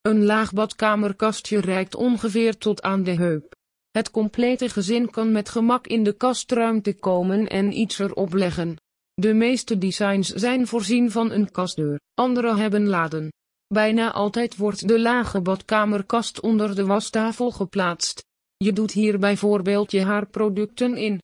Een laag badkamerkastje reikt ongeveer tot aan de heup. Het complete gezin kan met gemak in de kastruimte komen en iets erop leggen. De meeste designs zijn voorzien van een kastdeur, andere hebben laden. Bijna altijd wordt de lage badkamerkast onder de wastafel geplaatst. Je doet hier bijvoorbeeld je haarproducten in.